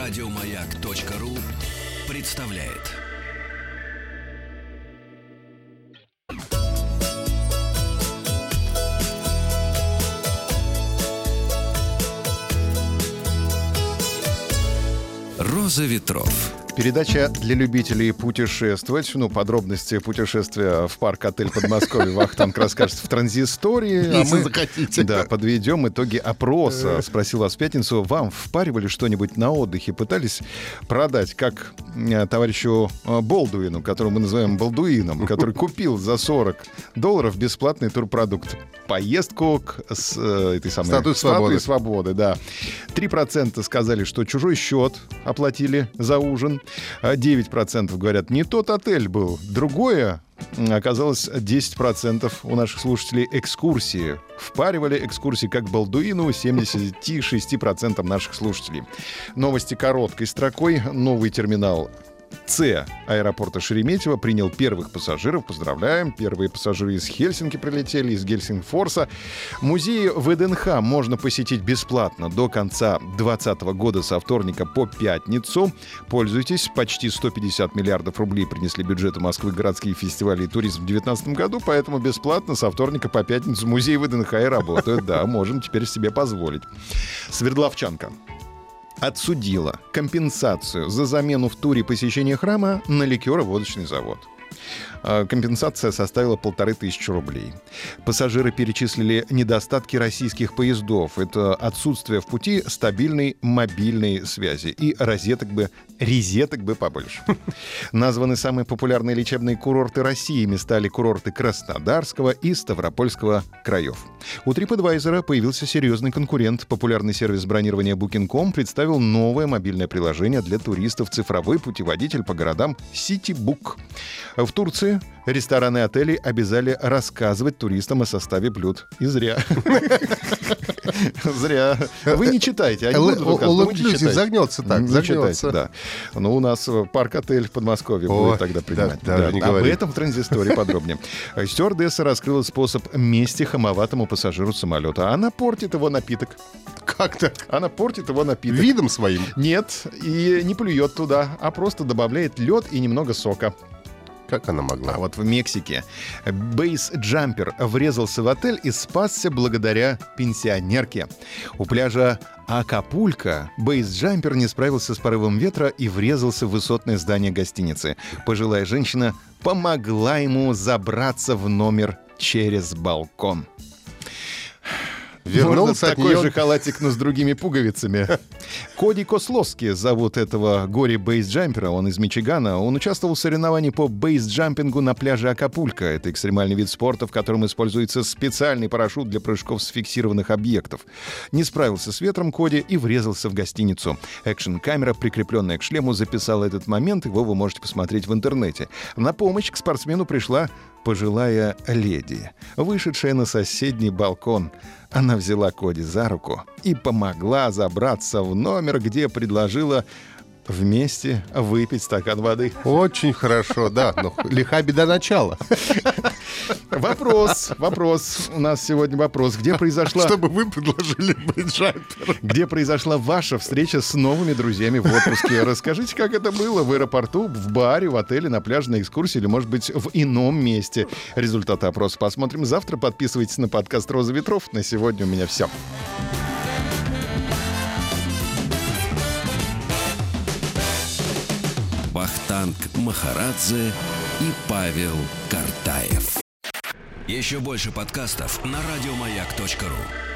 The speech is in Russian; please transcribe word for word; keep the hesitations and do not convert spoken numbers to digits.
Радиомаяк.ру представляет. Роза ветров. Передача для любителей путешествовать. Ну, подробности путешествия в парк-отель Подмосковье Вахтанг расскажет в транзистории. А Если мы захотите. да, подведем итоги опроса. Спросил вас в пятницу, вам впаривали что-нибудь на отдыхе? Пытались продать, как э, товарищу э, Болдуину, которого мы называем Балдуином, который купил за сорок долларов бесплатный турпродукт. Поездку к с, э, этой самой Статуе свободы. свободы, да. три процента сказали, что чужой счет оплатили за ужин. девять процентов говорят, не тот отель был. Другое, оказалось, десять процентов у наших слушателей экскурсии. Впаривали экскурсии как Балдуину семьдесят шесть процентов наших слушателей. Новости короткой строкой. Новый терминал С аэропорта Шереметьево принял первых пассажиров. Поздравляем. Первые пассажиры из Хельсинки прилетели, из Гельсингфорса. Музей ВДНХ можно посетить бесплатно до конца двадцатого года со вторника по пятницу. Пользуйтесь. Почти сто пятьдесят миллиардов рублей принесли бюджету Москвы городские фестивали и туризм в две тысячи девятнадцатом году, поэтому бесплатно со вторника по пятницу музей ВДНХ и работает. Да, можем теперь себе позволить. Свердловчанка отсудила компенсацию за замену в туре посещения храма на ликеро-водочный завод. Компенсация составила полторы тысячи рублей. Пассажиры перечислили недостатки российских поездов. Это отсутствие в пути стабильной мобильной связи и розеток бы, резеток бы побольше. Названы самые популярные лечебные курорты России. Стали курорты Краснодарского и Ставропольского краев. У TripAdvisor появился серьезный конкурент. Популярный сервис бронирования букинг точка ком представил новое мобильное приложение для туристов, цифровой путеводитель по городам Ситибук. В Турции рестораны и отели обязали рассказывать туристам о составе блюд. И зря. Зря. Вы не читайте. All-inclusive загнется так. Не читайте, да. Ну, у нас парк-отель в Подмосковье будет тогда принимать. Об этом в транзистории подробнее. Стюардесса раскрыла способ мести хамоватому пассажиру самолета. Она портит его напиток. Как так? Она портит его напиток. Видом своим? Нет, и не плюет туда, а просто добавляет лед и немного сока. Как она могла? А вот в Мексике бейс-джампер врезался в отель и спасся благодаря пенсионерке. У пляжа Акапулько бейс-джампер не справился с порывом ветра и врезался в высотное здание гостиницы. Пожилая женщина помогла ему забраться в номер через балкон. Вернулся такой нее... же халатик, но с другими пуговицами. Коди Кословский зовут этого горе-бейсджампера. Он из Мичигана. Он участвовал в соревновании по бейсджампингу на пляже Акапулько. Это экстремальный вид спорта, в котором используется специальный парашют для прыжков с фиксированных объектов. Не справился с ветром Коди и врезался в гостиницу. Экшн-камера, прикрепленная к шлему, записала этот момент. Его вы можете посмотреть в интернете. На помощь к спортсмену пришла пожилая леди, вышедшая на соседний балкон. Она взяла Коди за руку и помогла забраться в номер, где предложила вместе выпить стакан воды. Очень хорошо, да. Но лиха беда начала. Вопрос, вопрос. У нас сегодня вопрос. Где произошла... Чтобы вы предложили бейсджампер. Где произошла ваша встреча с новыми друзьями в отпуске? Расскажите, как это было в аэропорту, в баре, в отеле, на пляжной экскурсии или, может быть, в ином месте. Результаты опроса посмотрим завтра. Подписывайтесь на подкаст «Роза ветров». На сегодня у меня все. Вахтанг Махарадзе и Павел Картаев. Еще больше подкастов на радиомаяк точка ру.